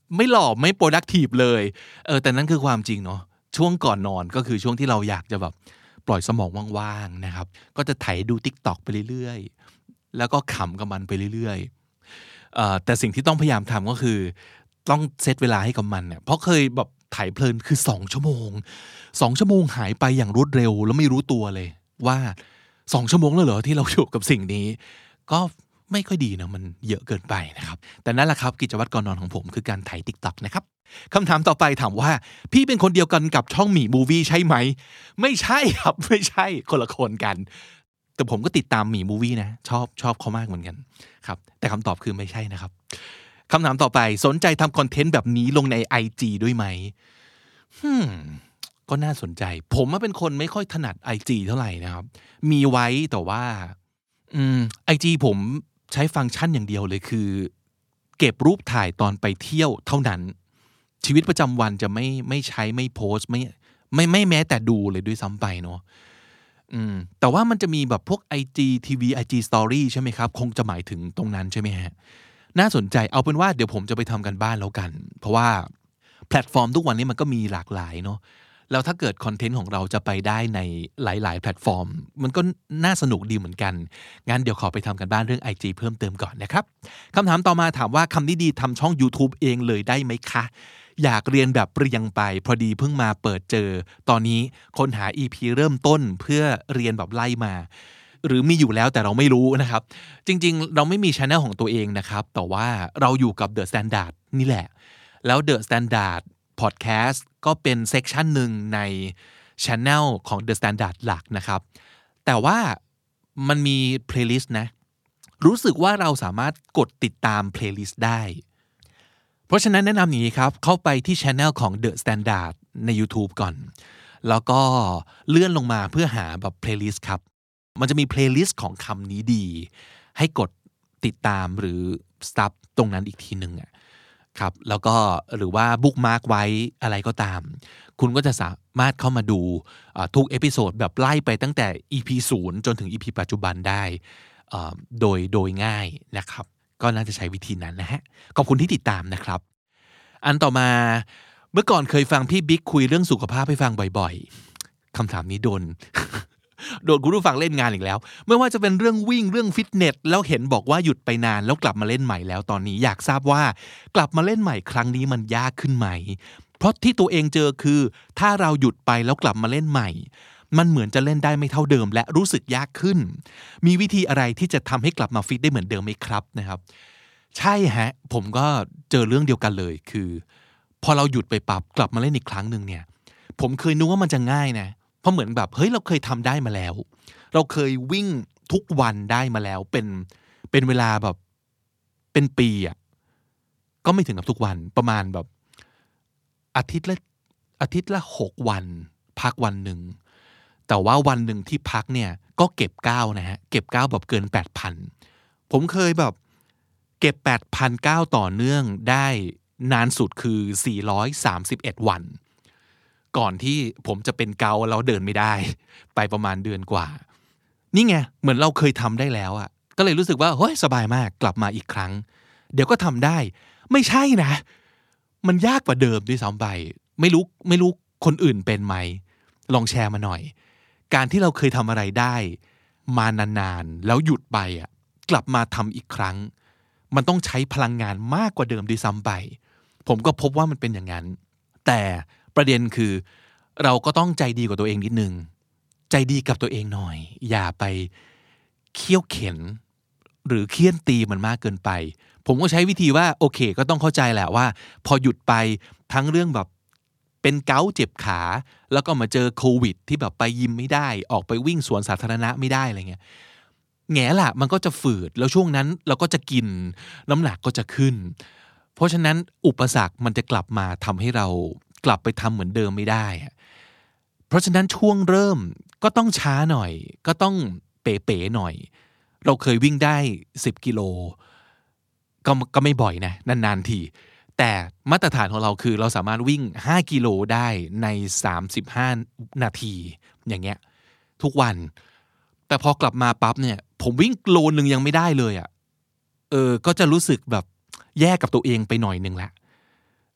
ไม่หล่อไม่ productive เลยเออแต่นั่นคือความจริงเนาะช่วงก่อนนอนก็คือช่วงที่เราอยากจะแบบปล่อยสมองว่างๆนะครับก็จะไถดู TikTok ไปเรื่อยๆแล้วก็ขำกับมันไปเรื่อยๆเอ่อแต่สิ่งที่ต้องพยายามทำก็คือต้องเซตเวลาให้กับมันเนี่ยเพราะเคยแบบไถเพลินคือสองชั่วโมงสองชั่วโมงหายไปอย่างรวดเร็วแล้วไม่รู้ตัวเลยว่าสองชั่วโมงแล้วเหรอที่เราอยู่กับสิ่งนี้ก็ไม่ค่อยดีนะมันเยอะเกินไปนะครับแต่นั่นแหละครับกิจวัตรก่อนนอนของผมคือการไถ TikTok นะครับคำถามต่อไปถามว่าพี่เป็นคนเดียวกันกับช่องหมี่มูวี่ใช่ไหมไม่ใช่ครับไม่ใช่คนละคนกันแต่ผมก็ติดตามหมี่มูวี่นะชอบชอบเขามากเหมือนกันครับแต่คำตอบคือไม่ใช่นะครับคำถามต่อไปสนใจทำคอนเทนต์แบบนี้ลงใน ไอ จี ด้วยไหมฮึมก็น่าสนใจผมเป็นคนไม่ค่อยถนัด ไอ จี เท่าไหร่นะครับมีไว้แต่ว่าอืม ไอ จี ผมใช้ฟังก์ชันอย่างเดียวเลยคือเก็บรูปถ่ายตอนไปเที่ยวเท่านั้นชีวิตประจำวันจะไม่ไม่ใช้ไม่โพสไม่ไม่ไม่แม้แต่ดูเลยด้วยซ้ำไปเนาะอืมแต่ว่ามันจะมีแบบพวก ไอ จี ที วี ไอ จี Story ใช่ไหมครับคงจะหมายถึงตรงนั้นใช่ไหมฮะน่าสนใจเอาเป็นว่าเดี๋ยวผมจะไปทำกันบ้านแล้วกันเพราะว่าแพลตฟอร์มทุกวันนี้มันก็มีหลากหลายเนาะแล้วถ้าเกิดคอนเทนต์ของเราจะไปได้ในหลายๆแพลตฟอร์มมันก็น่าสนุกดีเหมือนกันงั้นเดี๋ยวขอไปทำกันบ้านเรื่อง ไอ จี เพิ่มเติมก่อนนะครับคำถามต่อมาถามว่าคำนี้ดีทำช่อง YouTube เองเลยได้ไหมคะอยากเรียนแบบเรียงไปพอดีเพิ่งมาเปิดเจอตอนนี้ค้นหา อี พี เริ่มต้นเพื่อเรียนแบบไล่มาหรือมีอยู่แล้วแต่เราไม่รู้นะครับจริงๆเราไม่มี channel ของตัวเองนะครับแต่ว่าเราอยู่กับ The Standard นี่แหละแล้ว The Standard Podcast ก็เป็นเซกชันหนึ่งใน channel ของ The Standard หลักนะครับแต่ว่ามันมี playlist นะรู้สึกว่าเราสามารถกดติดตาม playlist ได้เพราะฉะนั้นแนะนำอย่างนี้ครับเข้าไปที่ channel ของ The Standard ใน YouTube ก่อนแล้วก็เลื่อนลงมาเพื่อหาแบบ playlist ครับมันจะมี playlist ของคำนี้ดีให้กดติดตามหรือ stop ตรงนั้นอีกทีนึงอ่ะครับแล้วก็หรือว่าบุ๊กมาร์กไว้อะไรก็ตามคุณก็จะสามารถเข้ามาดูทุกเอพิโซดแบบไล่ไปตั้งแต่ อี พี ศูนย์จนถึง อี พี ปัจจุบันได้โดยโดยง่ายนะครับก็น่าจะใช้วิธีนั้นนะฮะขอบคุณที่ติดตามนะครับอันต่อมาเมื่อก่อนเคยฟังพี่บิ๊กคุยเรื่องสุขภาพให้ฟังบ่อยๆคำถามนี้โดน โดนคุณผู้ฟังเล่นงานอีกแล้วไม่ว่าจะเป็นเรื่องวิ่งเรื่องฟิตเนสแล้วเห็นบอกว่าหยุดไปนานแล้วกลับมาเล่นใหม่แล้วตอนนี้อยากทราบว่ากลับมาเล่นใหม่ครั้งนี้มันยากขึ้นไหมเพราะที่ตัวเองเจอคือถ้าเราหยุดไปแล้วกลับมาเล่นใหม่มันเหมือนจะเล่นได้ไม่เท่าเดิมและรู้สึกยากขึ้นมีวิธีอะไรที่จะทำให้กลับมาฟิตได้เหมือนเดิมไหมครับนะครับใช่ฮะผมก็เจอเรื่องเดียวกันเลยคือพอเราหยุดไปปั๊บกลับมาเล่นอีกครั้งนึงเนี่ยผมเคยนึกว่ามันจะง่ายนะเพราะเหมือนแบบเฮ้ยเราเคยทำได้มาแล้วเราเคยวิ่งทุกวันได้มาแล้วเป็นเป็นเวลาแบบเป็นปีอ่ะก็ไม่ถึงกับทุกวันประมาณแบบอาทิตย์ละอาทิตย์ละหกวันพักวันหนึ่งแต่ว่าวันหนึ่งที่พักเนี่ยก็เก็บก้าวนะฮะเก็บก้าวแบบเกิน แปดพัน ผมเคยแบบเก็บ แปดพัน ก้าวต่อเนื่องได้นานสุดคือสี่ร้อยสามสิบเอ็ดวันก่อนที่ผมจะเป็นเกาต์แล้วเดินไม่ได้ไปประมาณเดือนกว่านี่ไงเหมือนเราเคยทำได้แล้วอ่ะก็เลยรู้สึกว่าเฮ้ยสบายมากกลับมาอีกครั้งเดี๋ยวก็ทำได้ไม่ใช่นะมันยากกว่าเดิมด้วยซ้ำไปไม่รู้ไม่รู้คนอื่นเป็นไหมลองแชร์มาหน่อยการที่เราเคยทำอะไรได้มานานๆแล้วหยุดไปอ่ะกลับมาทำอีกครั้งมันต้องใช้พลังงานมากกว่าเดิมด้วยซ้ำไปผมก็พบว่ามันเป็นอย่างนั้นแต่ประเด็นคือเราก็ต้องใจดีกว่าตัวเองนิดนึงใจดีกับตัวเองหน่อยอย่าไปเคี่ยวเข็นหรือเคี่ยนตีมันมากเกินไปผมก็ใช้วิธีว่าโอเคก็ต้องเข้าใจแหละว่าพอหยุดไปทั้งเรื่องแบบเป็นเกาต์เจ็บขาแล้วก็มาเจอโควิดที่แบบไปยิมไม่ได้ออกไปวิ่งสวนสาธารณะไม่ได้อะไรเงี้ยแง่ล่ะมันก็จะฝืดแล้วช่วงนั้นเราก็จะกินน้ำหนักก็จะขึ้นเพราะฉะนั้นอุปสรรคมันจะกลับมาทำให้เรากลับไปทำเหมือนเดิมไม่ได้เพราะฉะนั้นช่วงเริ่มก็ต้องช้าหน่อยก็ต้องเป๋ๆหน่อยเราเคยวิ่งได้สิบกิโลก็ก็ไม่บ่อยนะนานๆทีแต่มาตรฐานของเราคือเราสามารถวิ่งห้ากิโลได้ในสามสิบห้านาทีอย่างเงี้ยทุกวันแต่พอกลับมาปั๊บเนี่ยผมวิ่งโลนึงยังไม่ได้เลยอ่ะเออก็จะรู้สึกแบบแย่กับตัวเองไปหน่อยนึงละ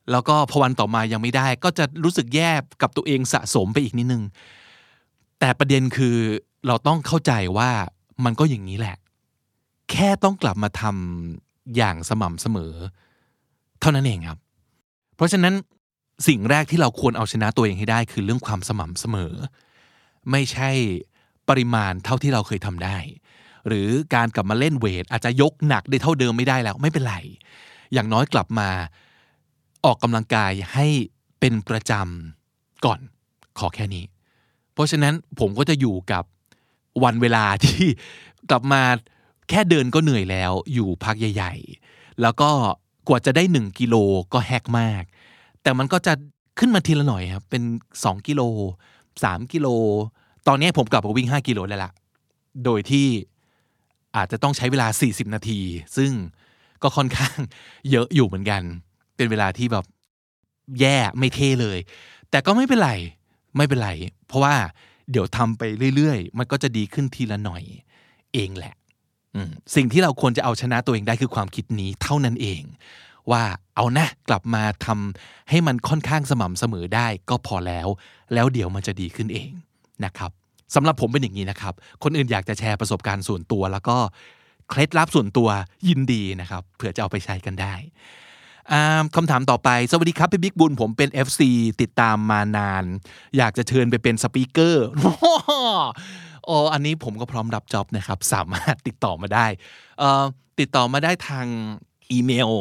แล้วก็พอวันต่อมายังไม่ได้ก็จะรู้สึกแย่กับตัวเองสะสมไปอีกนิดนึงแต่ประเด็นคือเราต้องเข้าใจว่ามันก็อย่างนี้แหละแค่ต้องกลับมาทำอย่างสม่ำเสมอเท่านั้นเองครับเพราะฉะนั้นสิ่งแรกที่เราควรเอาชนะตัวเองให้ได้คือเรื่องความสม่ำเสมอไม่ใช่ปริมาณเท่าที่เราเคยทำได้หรือการกลับมาเล่นเวทอาจจะยกหนักได้เท่าเดิมไม่ได้แล้วไม่เป็นไรอย่างน้อยกลับมาออกกำลังกายให้เป็นประจำก่อนขอแค่นี้เพราะฉะนั้นผมก็จะอยู่กับวันเวลาที่กลับมาแค่เดินก็เหนื่อยแล้วอยู่พักใหญ่ๆแล้วก็กว่าจะได้หนึ่งกิโลก็แฮกมากแต่มันก็จะขึ้นมาทีละหน่อยครับเป็นสองกิโลสามกิโลตอนนี้ผมกลับมาวิ่งห้ากิโลแล้วล่ะโดยที่อาจจะต้องใช้เวลาสี่สิบนาทีซึ่งก็ค่อนข้างเยอะอยู่เหมือนกันเป็นเวลาที่แบบแย่ไม่เท่เลยแต่ก็ไม่เป็นไรไม่เป็นไรเพราะว่าเดี๋ยวทำไปเรื่อยๆมันก็จะดีขึ้นทีละหน่อยเองแหละสิ่งที่เราควรจะเอาชนะตัวเองได้คือความคิดนี้เท่านั้นเองว่าเอานะกลับมาทำให้มันค่อนข้างสม่ำเสมอได้ก็พอแล้วแล้วเดี๋ยวมันจะดีขึ้นเองนะครับสำหรับผมเป็นอย่างนี้นะครับคนอื่นอยากจะแชร์ประสบการณ์ส่วนตัวแล้วก็เคล็ดลับส่วนตัวยินดีนะครับเผื่อจะเอาไปใช้กันได้คำถามต่อไปสวัสดีครับพี่บิ๊กบุญผมเป็น เอฟ ซี ติดตามมานานอยากจะเชิญไปเป็นสปีกเกอร์อ๋ออันนี้ผมก็พร้อมรับจ็อบนะครับสามารถติดต่อมาได้ติดต่อมาได้ทางอีเมล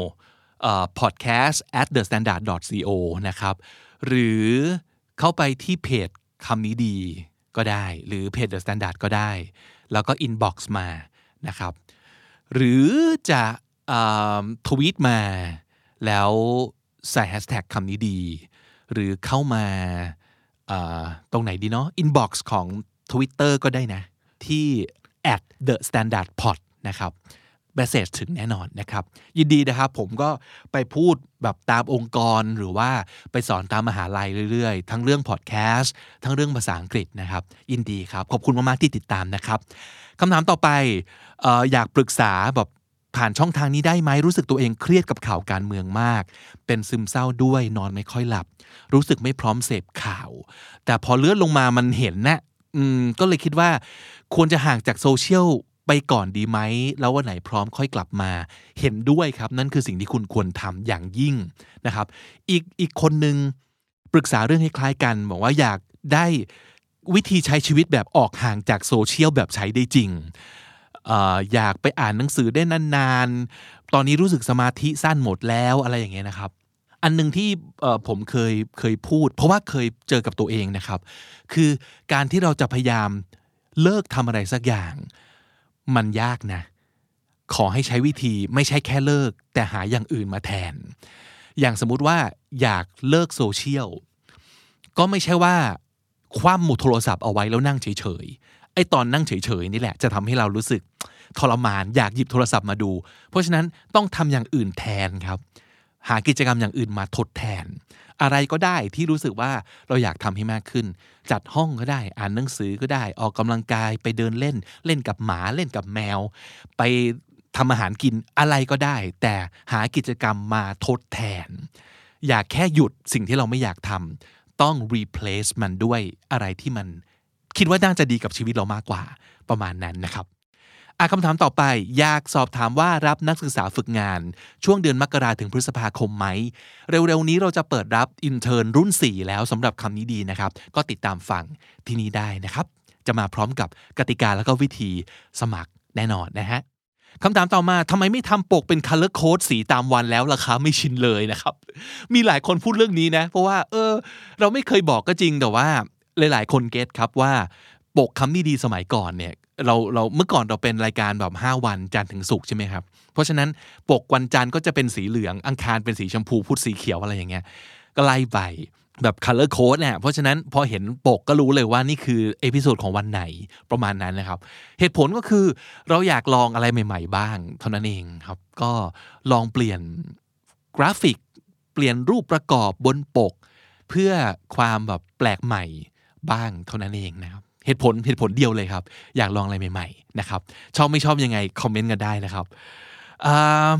podcast at the standard dot co นะครับหรือเข้าไปที่เพจคำนี้ดีก็ได้หรือเพจ The Standard ก็ได้แล้วก็ inbox มานะครับหรือจะทวีตมาแล้วใส่แฮชแท็กคำนี้ดีหรือเข้ามาตรงไหนดีเนาะ inbox ของ Twitter ก็ได้นะที่ at the standard pod นะครับเมสเสจถึงแน่นอนนะครับยินดีนะครับผมก็ไปพูดแบบตามองค์กรหรือว่าไปสอนตามมหาลัยเรื่อยๆทั้งเรื่องพอดแคสต์ทั้งเรื่องภาษาอังกฤษนะครับยินดีครับขอบคุณมากๆที่ติดตามนะครับคำถามต่อไป เอ่อ อยากปรึกษาแบบผ่านช่องทางนี้ได้ไหมรู้สึกตัวเองเครียดกับข่าวการเมืองมากเป็นซึมเศร้าด้วยนอนไม่ค่อยหลับรู้สึกไม่พร้อมเสพข่าวแต่พอเลื่อนลงมามันเห็นนะอืมก็เลยคิดว่าควรจะห่างจากโซเชียลไปก่อนดีไหมแล้ววันไหนพร้อมค่อยกลับมาเห็นด้วยครับนั่นคือสิ่งที่คุณควรทำอย่างยิ่งนะครับอีกอีกคนนึงปรึกษาเรื่องคล้ายๆกันบอกว่าอยากได้วิธีใช้ชีวิตแบบออกห่างจากโซเชียลแบบใช้ได้จริง เอ่อ อยากไปอ่านหนังสือได้นานๆตอนนี้รู้สึกสมาธิสั้นหมดแล้วอะไรอย่างเงี้ยนะครับอันนึงที่ผมเคยเคยพูดเพราะว่าเคยเจอกับตัวเองนะครับคือการที่เราจะพยายามเลิกทำอะไรสักอย่างมันยากนะขอให้ใช้วิธีไม่ใช่แค่เลิกแต่หาอย่างอื่นมาแทนอย่างสมมุติว่าอยากเลิกโซเชียลก็ไม่ใช่ว่าคว่ำหมุดโทรศัพท์เอาไว้แล้วนั่งเฉยๆไอ้ตอนนั่งเฉยๆนี่แหละจะทำให้เรารู้สึกทรมานอยากหยิบโทรศัพท์มาดูเพราะฉะนั้นต้องทำอย่างอื่นแทนครับหากิจกรรมอย่างอื่นมาทดแทนอะไรก็ได้ที่รู้สึกว่าเราอยากทำให้มากขึ้นจัดห้องก็ได้อ่านหนังสือก็ได้ออกกำลังกายไปเดินเล่นเล่นกับหมาเล่นกับแมวไปทำอาหารกินอะไรก็ได้แต่หากิจกรรมมาทดแทนอย่าแค่หยุดสิ่งที่เราไม่อยากทำต้อง replace มันด้วยอะไรที่มันคิดว่าน่าจะดีกับชีวิตเรามากกว่าประมาณนั้นนะครับอ่ะคำถามต่อไปอยากสอบถามว่ารับนักศึกษาฝึกงานช่วงเดือนมกราถึงพฤษภาคมไหมเร็วๆนี้เราจะเปิดรับอินเทิร์นรุ่นสี่แล้วสำหรับคำนี้ดีนะครับก็ติดตามฟังที่นี่ได้นะครับจะมาพร้อมกับกติกาแล้วก็วิธีสมัครแน่นอนนะฮะคำถามต่อมาทำไมไม่ทำปกเป็น color code สีตามวันแล้วราคาไม่ชินเลยนะครับมีหลายคนพูดเรื่องนี้นะเพราะว่าเออเราไม่เคยบอกก็จริงแต่ว่าหลายๆคนเก็ทครับว่าปกคำนี้ดีสมัยก่อนเนี่ยเราเราเมื่อก่อนเราเป็นรายการแบบห้าวันจันทร์ถึงศุกร์ใช่ไหมครับเพราะฉะนั้นปกวันจันทร์ก็จะเป็นสีเหลืองอังคารเป็นสีชมพูพุธสีเขียวอะไรอย่างเงี้ยก็ไล่ไปแบบ color code เนี่ยเพราะฉะนั้นพอเห็นปกก็รู้เลยว่านี่คือเอพิโซดของวันไหนประมาณนั้นนะครับเหตุผลก็คือเราอยากลองอะไรใหม่ๆบ้างเท่านั้นเองครับก็ลองเปลี่ยนกราฟิกเปลี่ยนรูปประกอบบนปกเพื่อความแบบแปลกใหม่บ้างเท่านั้นเองนะครับเหตุผลเหตุผลเดียวเลยครับอยากลองอะไรใหม่ๆนะครับชอบไม่ชอบยังไงคอมเมนต์กันได้นะครับ อ,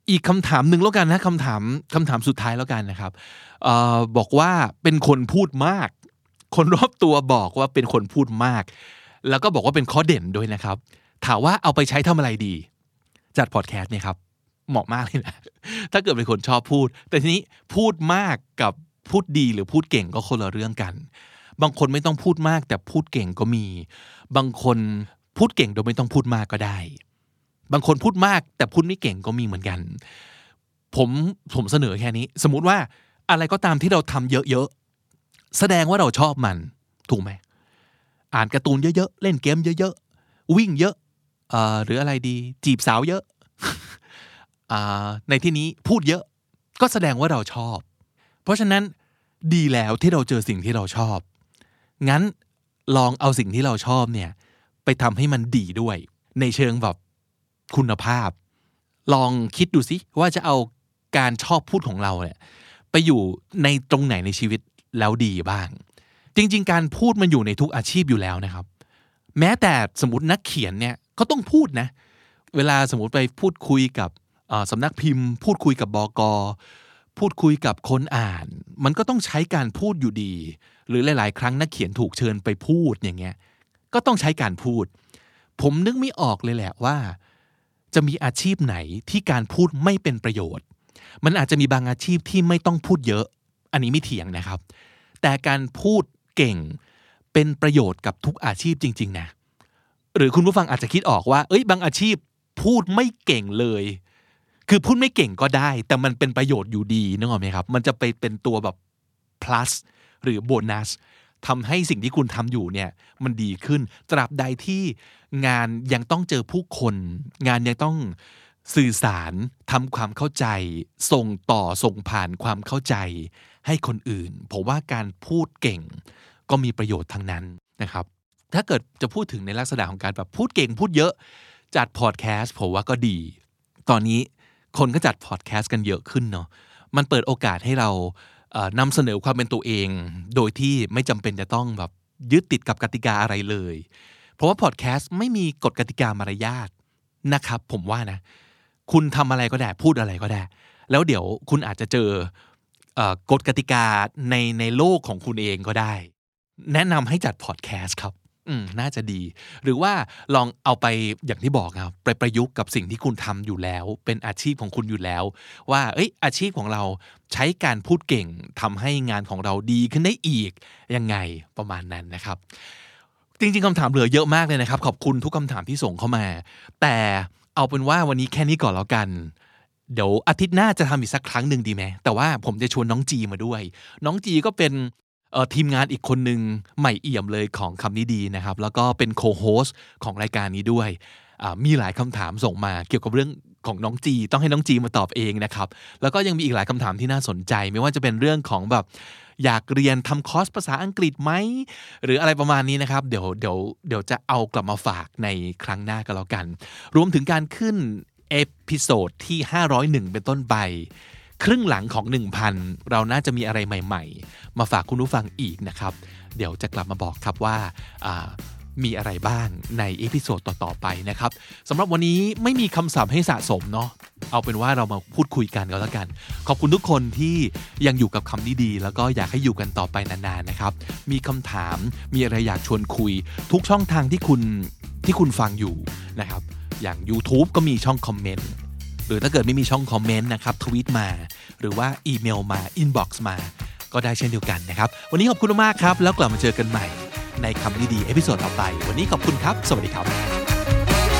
อีกคำถามหนึ่งแล้วกันนะคำถามคำถามสุดท้ายแล้วกันนะครับเอ่อบอกว่าเป็นคนพูดมากคนรอบตัวบอกว่าเป็นคนพูดมากแล้วก็บอกว่าเป็นข้อเด่นด้วยนะครับถามว่าเอาไปใช้ทำอะไรดีจัดพอดแคสต์เนี่ยครับเหมาะมากเลยนะถ้าเกิดเป็นคนชอบพูดแต่ทีนี้พูดมากกับพูดดีหรือพูดเก่งก็คนละเรื่องกันบางคนไม่ต้องพูดมากแต่พูดเก่งก็มีบางคนพูดเก่งโดยไม่ต้องพูดมากก็ได้บางคนพูดมากแต่พูดไม่เก่งก็มีเหมือนกันผมผมเสนอแค่นี้สมมุติว่าอะไรก็ตามที่เราทำเยอะๆแสดงว่าเราชอบมันถูกไหมอ่านการ์ตูนเยอะๆเล่นเกมเยอะๆวิ่งเยอะเอ่อหรืออะไรดีจีบสาวเยอะ อ่าในที่นี้พูดเยอะก็แสดงว่าเราชอบเพราะฉะนั้นดีแล้วที่เราเจอสิ่งที่เราชอบงั้นลองเอาสิ่งที่เราชอบเนี่ยไปทำให้มันดีด้วยในเชิงแบบคุณภาพลองคิดดูสิว่าจะเอาการชอบพูดของเราเนี่ยไปอยู่ในตรงไหนในชีวิตแล้วดีบ้างจริงๆการพูดมันอยู่ในทุกอาชีพอยู่แล้วนะครับแม้แต่สมมตินักเขียนเนี่ยก็ต้องพูดนะเวลาสมมติไปพูดคุยกับสำนักพิมพ์พูดคุยกับบก.พูดคุยกับคนอ่านมันก็ต้องใช้การพูดอยู่ดีหรือหลายๆครั้งนักเขียนถูกเชิญไปพูดอย่างเงี้ยก็ต้องใช้การพูดผมนึกไม่ออกเลยแหละว่าจะมีอาชีพไหนที่การพูดไม่เป็นประโยชน์มันอาจจะมีบางอาชีพที่ไม่ต้องพูดเยอะอันนี้ไม่เถียงนะครับแต่การพูดเก่งเป็นประโยชน์กับทุกอาชีพจริงๆนะหรือคุณผู้ฟังอาจจะคิดออกว่าเอ้ยบางอาชีพพูดไม่เก่งเลยคือพูดไม่เก่งก็ได้แต่มันเป็นประโยชน์อยู่ดีนึกออกไหมครับมันจะไปเป็นตัวแบบ plus หรือโบนัสทำให้สิ่งที่คุณทำอยู่เนี่ยมันดีขึ้นตราบใดที่งานยังต้องเจอผู้คนงานยังต้องสื่อสารทำความเข้าใจส่งต่อส่งผ่านความเข้าใจให้คนอื่นผมว่าการพูดเก่งก็มีประโยชน์ทั้งนั้นนะครับถ้าเกิดจะพูดถึงในลักษณะของการแบบพูดเก่งพูดเยอะจัดพอดแคสต์ผมว่าก็ดีตอนนี้คนก็จัดพอดแคสต์กันเยอะขึ้นเนาะมันเปิดโอกาสให้เราเอ่อนำเสนอความเป็นตัวเองโดยที่ไม่จำเป็นจะต้องแบบยึดติดกับกติกาอะไรเลยเพราะว่าพอดแคสต์ไม่มีกฎกติกามารยาทนะครับผมว่านะคุณทำอะไรก็ได้พูดอะไรก็ได้แล้วเดี๋ยวคุณอาจจะเจอเอ่อกฎกติกาในในโลกของคุณเองก็ได้แนะนำให้จัดพอดแคสต์ครับอืมน่าจะดีหรือว่าลองเอาไปอย่างที่บอกครับไปประยุกต์กับสิ่งที่คุณทำอยู่แล้วเป็นอาชีพของคุณอยู่แล้วว่าเอ้ยอาชีพของเราใช้การพูดเก่งทำให้งานของเราดีขึ้นได้อีกยังไงประมาณนั้นนะครับจริงๆคำถามเหลือเยอะมากเลยนะครับขอบคุณทุกคำถามที่ส่งเข้ามาแต่เอาเป็นว่าวันนี้แค่นี้ก่อนแล้วกันเดี๋ยวอาทิตย์หน้าจะทำอีกสักครั้งหนึ่งดีไหมแต่ว่าผมจะชวนน้องจีมาด้วยน้องจีก็เป็นเอ่อทีมงานอีกคนนึงใหม่เอี่ยมเลยของคำนี้ดีนะครับแล้วก็เป็นโคโฮสต์ของรายการนี้ด้วยมีหลายคำถามส่งมาเกี่ยวกับเรื่องของน้องจีต้องให้น้องจีมาตอบเองนะครับแล้วก็ยังมีอีกหลายคำถามที่น่าสนใจไม่ว่าจะเป็นเรื่องของแบบอยากเรียนทำคอร์สภาษาอังกฤษไหมหรืออะไรประมาณนี้นะครับเดี๋ยวเดี๋ยวเดี๋ยวจะเอากลับมาฝากในครั้งหน้าก็แล้วกันรวมถึงการขึ้นเอพิโซดที่ห้าร้อยเอ็ดเป็นต้นไปครึ่งหลังของ หนึ่งพัน เราน่าจะมีอะไรใหม่ๆมาฝากคุณผู้ฟังอีกนะครับเดี๋ยวจะกลับมาบอกครับว่ามีอะไรบ้างในเอพิโซดต่อๆไปนะครับสำหรับวันนี้ไม่มีคำศัพท์ให้สะสมเนาะเอาเป็นว่าเรามาพูดคุยกันก็แล้วกันขอบคุณทุกคนที่ยังอยู่กับคำนี้ดีแล้วก็อยากให้อยู่กันต่อไปนานๆนะครับมีคำถามมีอะไรอยากชวนคุยทุกช่องทางที่คุณที่คุณฟังอยู่นะครับอย่าง YouTube ก็มีช่องคอมเมนต์หรือถ้าเกิดไม่มีช่องคอมเมนต์นะครับทวีตมาหรือว่าอีเมลมาอินบ็อกซ์มาก็ได้เช่นเดียวกันนะครับวันนี้ขอบคุณมากครับแล้วกลับมาเจอกันใหม่ในคำนี้ดีเอพิโซดต่อไปวันนี้ขอบคุณครับสวัสดีครับ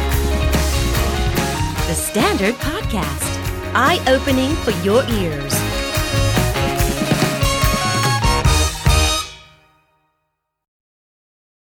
The Standard Podcast Eye Opening for Your Ears